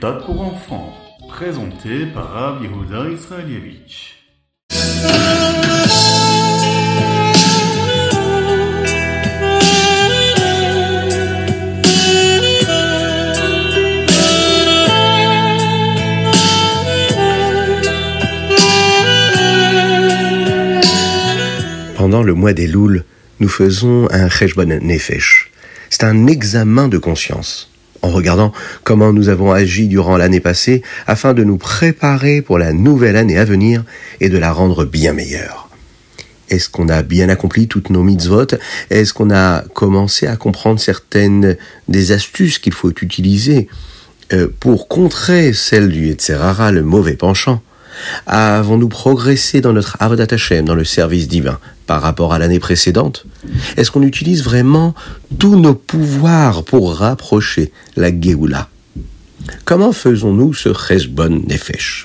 Ritat pour enfants, présenté par Rav Yehuda Israelievich. Pendant le mois d'Elul, nous faisons un cheshbon nefesh. C'est un examen de conscience, en regardant comment nous avons agi durant l'année passée afin de nous préparer pour la nouvelle année à venir et de la rendre bien meilleure. Est-ce qu'on a bien accompli toutes nos mitzvot? Est-ce qu'on a commencé à comprendre certaines des astuces qu'il faut utiliser pour contrer celle du Yetzer Hara, le mauvais penchant? Avons-nous progressé dans notre Avodat Hashem, dans le service divin, par rapport à l'année précédente? Est-ce qu'on utilise vraiment tous nos pouvoirs pour rapprocher la Géoula? Comment faisons-nous ce Cheshbon Nefesh?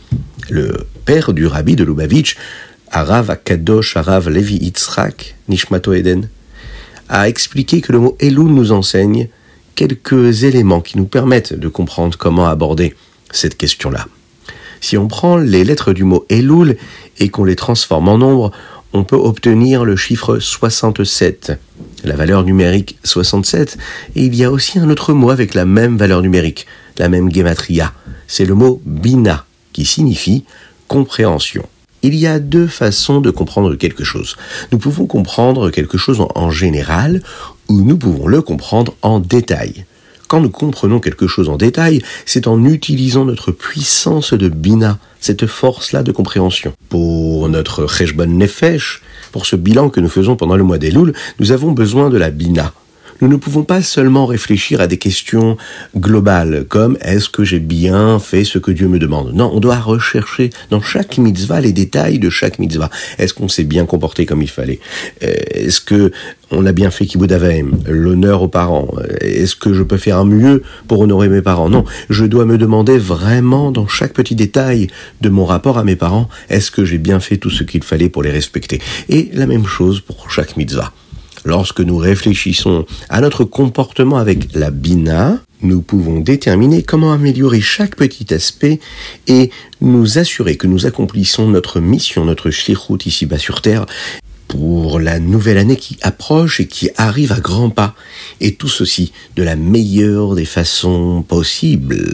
Le père du rabbi de Lubavitch, Harav Akadosh Harav Levi Yitzhak Nishmato Eden, a expliqué que le mot Elul nous enseigne quelques éléments qui nous permettent de comprendre comment aborder cette question-là. Si on prend les lettres du mot Elul et qu'on les transforme en nombre, on peut obtenir le chiffre 67, la valeur numérique 67, et il y a aussi un autre mot avec la même valeur numérique, la même gematria. C'est le mot Bina, qui signifie compréhension. Il y a deux façons de comprendre quelque chose. Nous pouvons comprendre quelque chose en général, ou nous pouvons le comprendre en détail. Quand nous comprenons quelque chose en détail, c'est en utilisant notre puissance de Bina, cette force-là de compréhension. Pour notre Cheshbon Nefesh, pour ce bilan que nous faisons pendant le mois d'Elul, nous avons besoin de la Bina. Nous ne pouvons pas seulement réfléchir à des questions globales, comme « est-ce que j'ai bien fait ce que Dieu me demande ?» Non, on doit rechercher dans chaque mitzvah les détails de chaque mitzvah. Est-ce qu'on s'est bien comporté comme il fallait? Est-ce que on a bien fait Kibud Avaim, l'honneur aux parents? Est-ce que je peux faire mieux pour honorer mes parents? Non, je dois me demander vraiment dans chaque petit détail de mon rapport à mes parents, est-ce que j'ai bien fait tout ce qu'il fallait pour les respecter? Et la même chose pour chaque mitzvah. Lorsque nous réfléchissons à notre comportement avec la Bina, nous pouvons déterminer comment améliorer chaque petit aspect et nous assurer que nous accomplissons notre mission, notre shlichut ici-bas sur Terre, pour la nouvelle année qui approche et qui arrive à grands pas. Et tout ceci de la meilleure des façons possibles.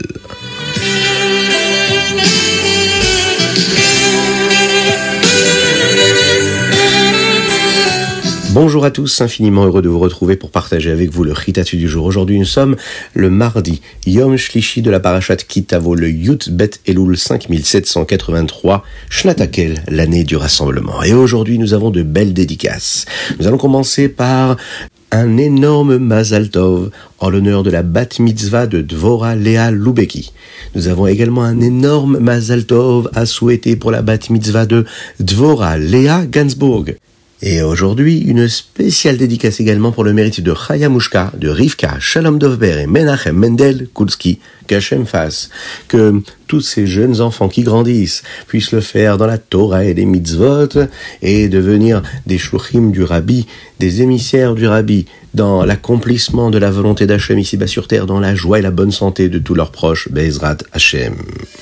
Bonjour à tous, infiniment heureux de vous retrouver pour partager avec vous le Ritat du jour. Aujourd'hui, nous sommes le mardi, Yom Shlishi de la Parashat Kitavo, le Yut Bet Elul 5783, Shnatakel, l'année du rassemblement. Et aujourd'hui, nous avons de belles dédicaces. Nous allons commencer par un énorme Mazal Tov en l'honneur de la Bat Mitzvah de Dvorah Léa Loubeki. Nous avons également un énorme Mazal Tov à souhaiter pour la Bat Mitzvah de Dvorah Léa Gansburg. Et aujourd'hui, une spéciale dédicace également pour le mérite de Chaya Mushka, de Rivka, Shalom Dovber et Menachem Mendel Kulski, qu'Hachem fasse, que tous ces jeunes enfants qui grandissent puissent le faire dans la Torah et les mitzvot et devenir des shluchim du Rabbi, des émissaires du Rabbi, dans l'accomplissement de la volonté d'Hachem ici-bas sur terre, dans la joie et la bonne santé de tous leurs proches, Be'ezrat Hachem.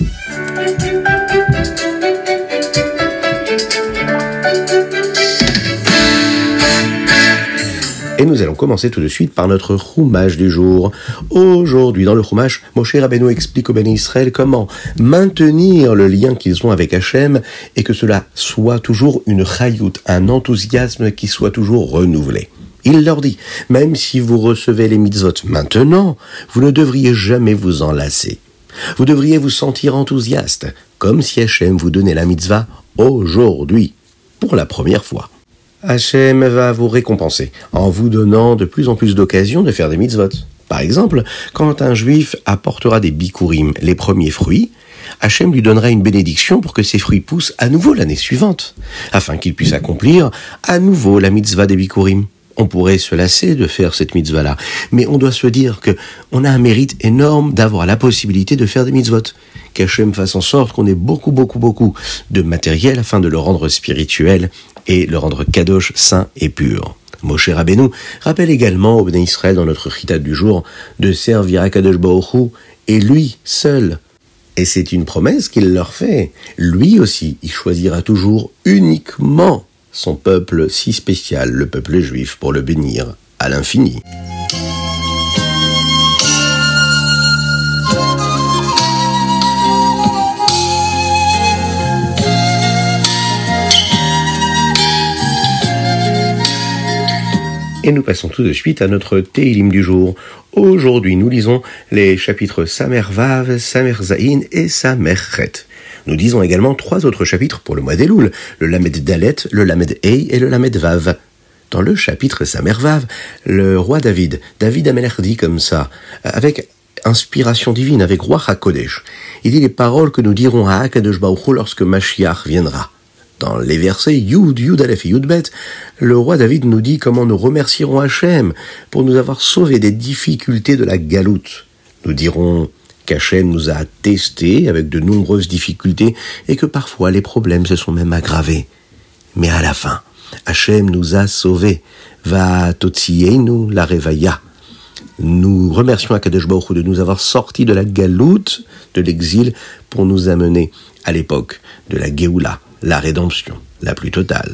Et nous allons commencer tout de suite par notre Chumash du jour. Aujourd'hui, dans le Chumash, Moshe Rabbeinu explique aux Béné Israël comment maintenir le lien qu'ils ont avec Hachem et que cela soit toujours une chayut, un enthousiasme qui soit toujours renouvelé. Il leur dit, même si vous recevez les mitzvot maintenant, vous ne devriez jamais vous en lasser. Vous devriez vous sentir enthousiaste, comme si Hachem vous donnait la mitzvah aujourd'hui, pour la première fois. Hachem va vous récompenser en vous donnant de plus en plus d'occasions de faire des mitzvot. Par exemple, quand un juif apportera des bikurim, les premiers fruits, Hachem lui donnera une bénédiction pour que ces fruits poussent à nouveau l'année suivante, afin qu'il puisse accomplir à nouveau la mitzvah des bikurim. On pourrait se lasser de faire cette mitzvah-là, mais on doit se dire que on a un mérite énorme d'avoir la possibilité de faire des mitzvot. Qu'Hachem fasse en sorte qu'on ait beaucoup de matériel afin de le rendre spirituel et le rendre kadosh, saint et pur. Moshe Rabbeinu rappelle également au Bnei Israël dans notre Ritat du jour de servir à Kadosh Baruch Hu et lui seul. Et c'est une promesse qu'il leur fait. Lui aussi, il choisira toujours uniquement son peuple si spécial, le peuple juif, pour le bénir à l'infini. Et nous passons tout de suite à notre Teilim du jour. Aujourd'hui, nous lisons les chapitres Samer Vav, Samer Zayin et Samer Chet. Nous lisons également 3 autres chapitres pour le mois d'Elul, le Lamed Dalet, le Lamed Hei et le Lamed Vav. Dans le chapitre Samer Vav, le roi David Amelech dit comme ça, avec inspiration divine, avec Roi HaKodesh. Il dit les paroles que nous dirons à Akadosh Baruch Hu lorsque Mashiach viendra. Dans les versets Yud Aleph et Yud Bet, le roi David nous dit comment nous remercierons Hachem pour nous avoir sauvés des difficultés de la galoute. Nous dirons qu'Hachem nous a testés avec de nombreuses difficultés et que parfois les problèmes se sont même aggravés. Mais à la fin, Hachem nous a sauvés. Va totzienu la revaya. Nous remercions Akadosh Baruch Hu de nous avoir sortis de la galoute, de l'exil, pour nous amener à l'époque de la Géoula, la rédemption la plus totale.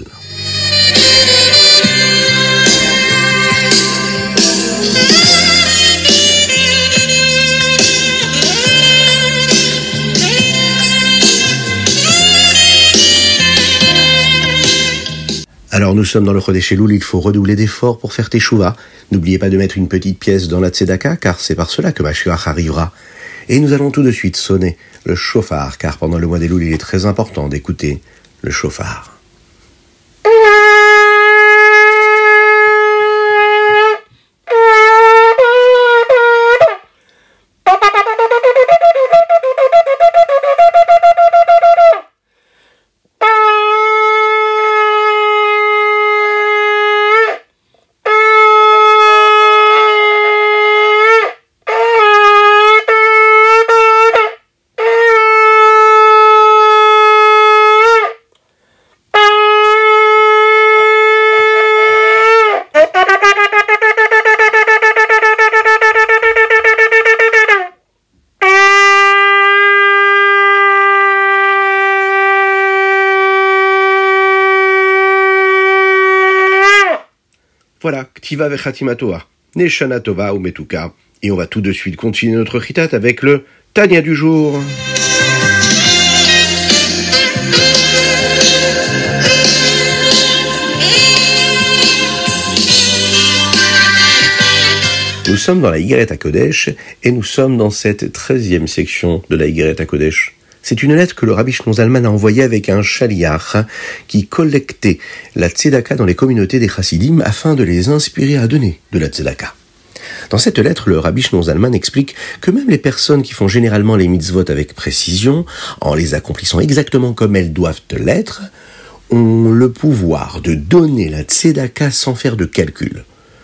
Alors nous sommes dans le Chodesh Elul, il faut redoubler d'efforts pour faire Teshuvah. N'oubliez pas de mettre une petite pièce dans la Tzedaka, car c'est par cela que Mashiach arrivera. Et nous allons tout de suite sonner le shofar, car pendant le mois d'Elul, il est très important d'écouter le shofar. Voilà, Ktiva Vechatima Toa, Neshana Tova ou Metuka. Et on va tout de suite continuer notre chitat avec le Tania du jour. Nous sommes dans la Higueret HaKodesh et nous sommes dans cette 13e section de la Higueret HaKodesh. C'est une lettre que le Rabbi Shlomo Zalman a envoyée avec un shaliach qui collectait la tzedaka dans les communautés des chassidim afin de les inspirer à donner de la tzedaka. Dans cette lettre, le Rabbi Shlomo Zalman explique que même les personnes qui font généralement les mitzvot avec précision, en les accomplissant exactement comme elles doivent l'être, ont le pouvoir de donner la tzedaka sans faire de calcul.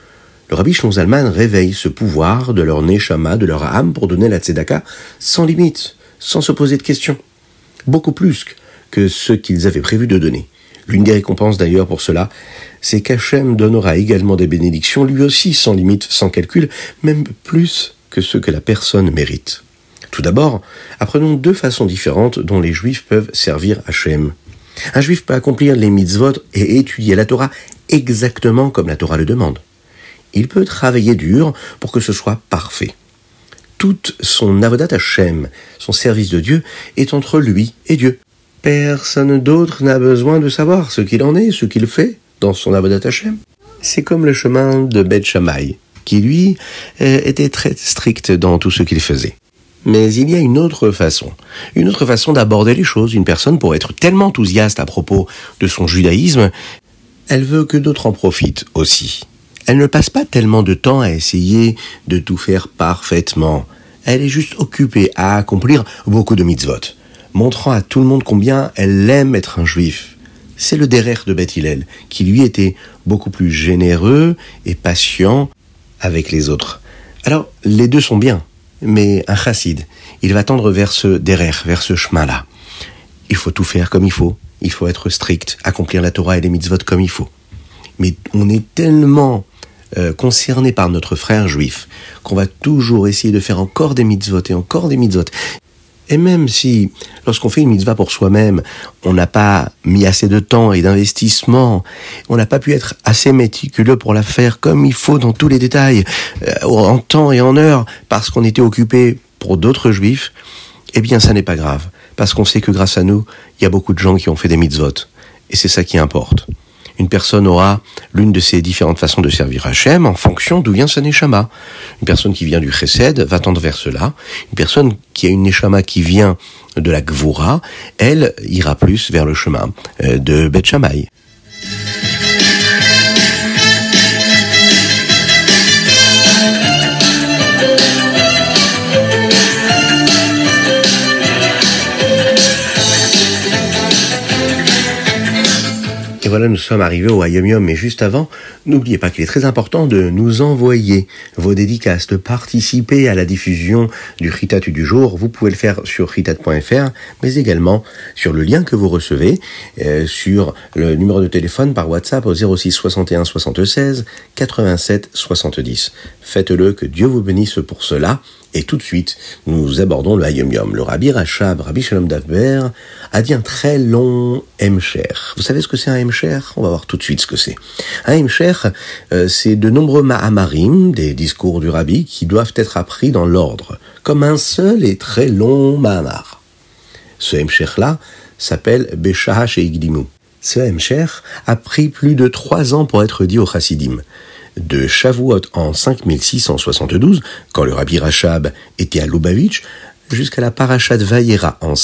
Le Rabbi Shlomo Zalman réveille ce pouvoir de leur neshama, de leur âme pour donner la tzedaka sans limite, sans se poser de questions, beaucoup plus que ce qu'ils avaient prévu de donner. L'une des récompenses d'ailleurs pour cela, c'est qu'Hachem donnera également des bénédictions, lui aussi sans limite, sans calcul, même plus que ce que la personne mérite. Tout d'abord, apprenons 2 façons différentes dont les Juifs peuvent servir Hachem. Un Juif peut accomplir les mitzvot et étudier la Torah exactement comme la Torah le demande. Il peut travailler dur pour que ce soit parfait. Toute son avodat Hachem, son service de Dieu, est entre lui et Dieu. Personne d'autre n'a besoin de savoir ce qu'il en est, ce qu'il fait dans son avodat Hachem. C'est comme le chemin de Beth Shammai, qui lui était très strict dans tout ce qu'il faisait. Mais il y a une autre façon d'aborder les choses. Une personne pourrait être tellement enthousiaste à propos de son judaïsme, elle veut que d'autres en profitent aussi. Elle ne passe pas tellement de temps à essayer de tout faire parfaitement. Elle est juste occupée à accomplir beaucoup de mitzvot, montrant à tout le monde combien elle aime être un juif. C'est le derer de Beth Hillel, qui lui était beaucoup plus généreux et patient avec les autres. Alors, les deux sont bien, mais un chassid, il va tendre vers ce derer, vers ce chemin-là. Il faut tout faire comme il faut être strict, accomplir la Torah et les mitzvot comme il faut. Mais on est tellement concernés par notre frère juif, qu'on va toujours essayer de faire encore des mitzvot et encore des mitzvot. Et même si, lorsqu'on fait une mitzvah pour soi-même, on n'a pas mis assez de temps et d'investissement, on n'a pas pu être assez méticuleux pour la faire comme il faut dans tous les détails, en temps et en heure, parce qu'on était occupé pour d'autres juifs, eh bien ça n'est pas grave, parce qu'on sait que grâce à nous, il y a beaucoup de gens qui ont fait des mitzvot. Et c'est ça qui importe. Une personne aura l'une de ces différentes façons de servir Hachem en fonction d'où vient sa neshama. Une personne qui vient du chesed va tendre vers cela. Une personne qui a une neshama qui vient de la gvura, elle ira plus vers le chemin de Beth Shammai. Et voilà, nous sommes arrivés au Hayom Yom, mais juste avant, n'oubliez pas qu'il est très important de nous envoyer vos dédicaces, de participer à la diffusion du Chitat du jour. Vous pouvez le faire sur chitat.fr, mais également sur le lien que vous recevez, sur le numéro de téléphone par WhatsApp au 06 61 76 87 70. Faites-le, que Dieu vous bénisse pour cela. Et tout de suite, nous abordons le Hayom Yom. Le Rabbi Rachab, Rabbi Shalom Dafber, a dit un très long Hemsher. Vous savez ce que c'est un Hemsher ? On va voir tout de suite ce que c'est. Un Hemsher, c'est de nombreux Mahamarim, des discours du Rabbi, qui doivent être appris dans l'ordre, comme un seul et très long Mahamar. Ce Hemsher-là s'appelle Beshaha Sheigdimu. Ce Hemsher a pris plus de 3 ans pour être dit au Chassidim. De Shavuot en 5672, quand le Rabbi Rachab était à Lubavitch, jusqu'à la Parashat Vayera en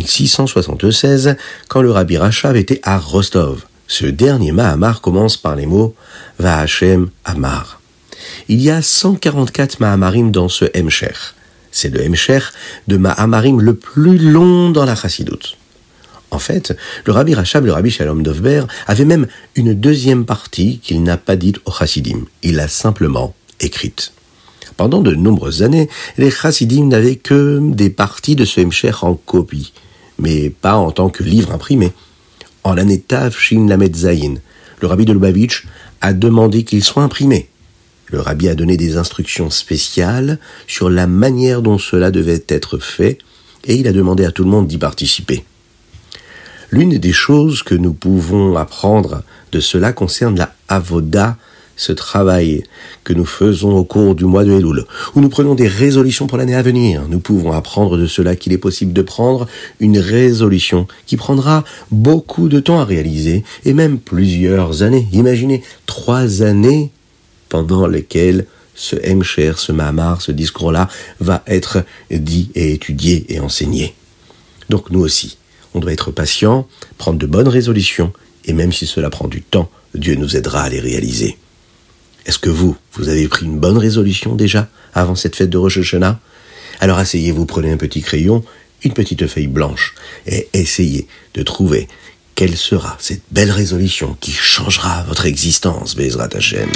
5676, quand le Rabbi Rachab était à Rostov. Ce dernier Mahamar commence par les mots « Va Hashem Amar ». Il y a 144 Mahamarim dans ce Hemsher. C'est le Hemsher de Mahamarim le plus long dans la Chassidoute. En fait, le Rabbi Rachab, le Rabbi Shalom Dovber, avait même une deuxième partie qu'il n'a pas dite aux Chassidim. Il l'a simplement écrite. Pendant de nombreuses années, les Chassidim n'avaient que des parties de ce Hemsher en copie, mais pas en tant que livre imprimé. En l'année Tav Shin Lamed Zayin, le Rabbi de Lubavitch a demandé qu'il soit imprimé. Le Rabbi a donné des instructions spéciales sur la manière dont cela devait être fait, et il a demandé à tout le monde d'y participer. L'une des choses que nous pouvons apprendre de cela concerne la avoda, ce travail que nous faisons au cours du mois de Elul, où nous prenons des résolutions pour l'année à venir. Nous pouvons apprendre de cela qu'il est possible de prendre une résolution qui prendra beaucoup de temps à réaliser, et même plusieurs années. Imaginez 3 années pendant lesquelles ce Hemsher, ce Mahamar, ce discours-là va être dit et étudié et enseigné. Donc nous aussi, on doit être patient, prendre de bonnes résolutions, et même si cela prend du temps, Dieu nous aidera à les réaliser. Est-ce que vous avez pris une bonne résolution déjà, avant cette fête de Rosh Hashanah ? Alors asseyez-vous, prenez un petit crayon, une petite feuille blanche, et essayez de trouver quelle sera cette belle résolution qui changera votre existence, Bezrat Hashem.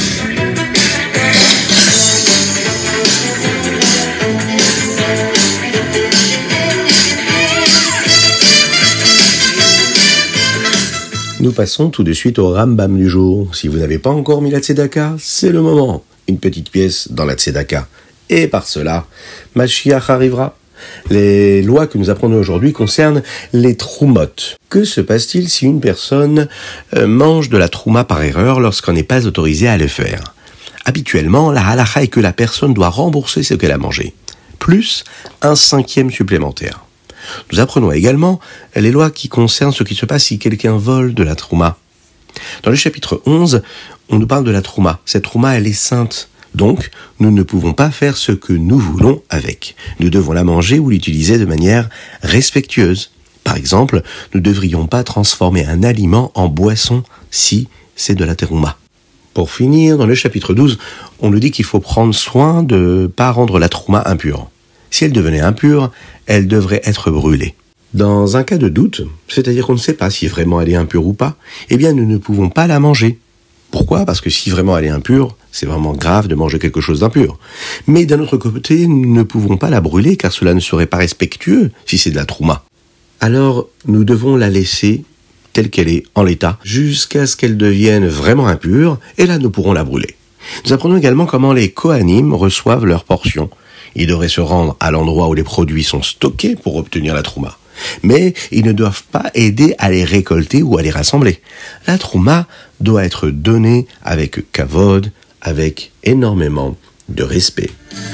Nous passons tout de suite au Rambam du jour. Si vous n'avez pas encore mis la tzedaka, c'est le moment. Une petite pièce dans la tzedaka. Et par cela, Mashiach arrivera. Les lois que nous apprenons aujourd'hui concernent les troumot. Que se passe-t-il si une personne mange de la trouma par erreur lorsqu'on n'est pas autorisé à le faire ? Habituellement, la halakha est que la personne doit rembourser ce qu'elle a mangé, plus un 5e supplémentaire. Nous apprenons également les lois qui concernent ce qui se passe si quelqu'un vole de la trouma. Dans le chapitre 11, on nous parle de la trouma. Cette trouma, elle est sainte. Donc, nous ne pouvons pas faire ce que nous voulons avec. Nous devons la manger ou l'utiliser de manière respectueuse. Par exemple, nous ne devrions pas transformer un aliment en boisson si c'est de la trouma. Pour finir, dans le chapitre 12, on nous dit qu'il faut prendre soin de ne pas rendre la trouma impure. Si elle devenait impure, elle devrait être brûlée. Dans un cas de doute, c'est-à-dire qu'on ne sait pas si vraiment elle est impure ou pas, eh bien nous ne pouvons pas la manger. Pourquoi ? Parce que si vraiment elle est impure, c'est vraiment grave de manger quelque chose d'impur. Mais d'un autre côté, nous ne pouvons pas la brûler car cela ne serait pas respectueux si c'est de la trouma. Alors, nous devons la laisser telle qu'elle est, en l'état, jusqu'à ce qu'elle devienne vraiment impure, et là nous pourrons la brûler. Nous apprenons également comment les Kohanim reçoivent leur portion. Ils devraient se rendre à l'endroit où les produits sont stockés pour obtenir la trouma. Mais ils ne doivent pas aider à les récolter ou à les rassembler. La trouma doit être donnée avec kavod, avec énormément de respect.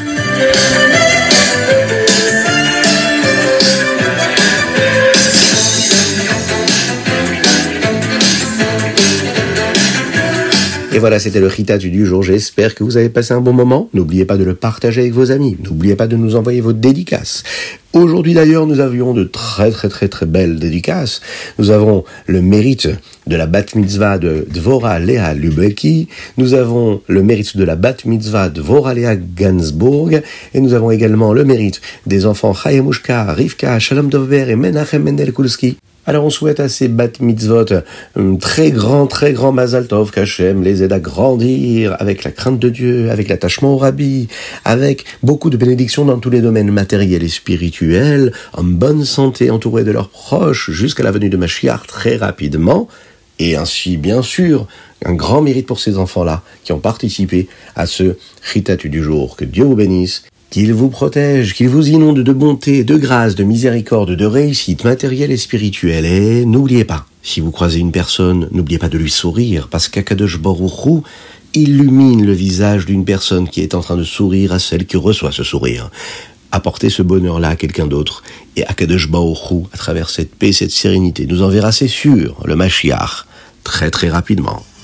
Et voilà, c'était le Chitat du jour. J'espère que vous avez passé un bon moment. N'oubliez pas de le partager avec vos amis. N'oubliez pas de nous envoyer vos dédicaces. Aujourd'hui d'ailleurs, nous avions de très belles dédicaces. Nous avons le mérite de la bat mitzvah de Dvora Léa Lubelki. Nous avons le mérite de la bat mitzvah de Dvora Léa Gansbourg. Et nous avons également le mérite des enfants Chayemushka, Rivka, Shalom Dovber et Menachem Mendel Kulski. Alors on souhaite à ces bat mitzvot un très grand Mazal Tov, qu'Hachem les aide à grandir avec la crainte de Dieu, avec l'attachement au Rabbi, avec beaucoup de bénédictions dans tous les domaines matériels et spirituels, en bonne santé, entourés de leurs proches, jusqu'à la venue de Mashiach très rapidement, et ainsi bien sûr un grand mérite pour ces enfants-là qui ont participé à ce Chitat du jour. Que Dieu vous bénisse. Qu'il vous protège, qu'il vous inonde de bonté, de grâce, de miséricorde, de réussite matérielle et spirituelle. Et n'oubliez pas, si vous croisez une personne, n'oubliez pas de lui sourire, parce qu'Akadosh Baruch Hu illumine le visage d'une personne qui est en train de sourire à celle qui reçoit ce sourire. Apportez ce bonheur-là à quelqu'un d'autre, et Akadosh Baruch Hu, à travers cette paix, cette sérénité, nous enverra, c'est sûr, le Mashiach, très rapidement.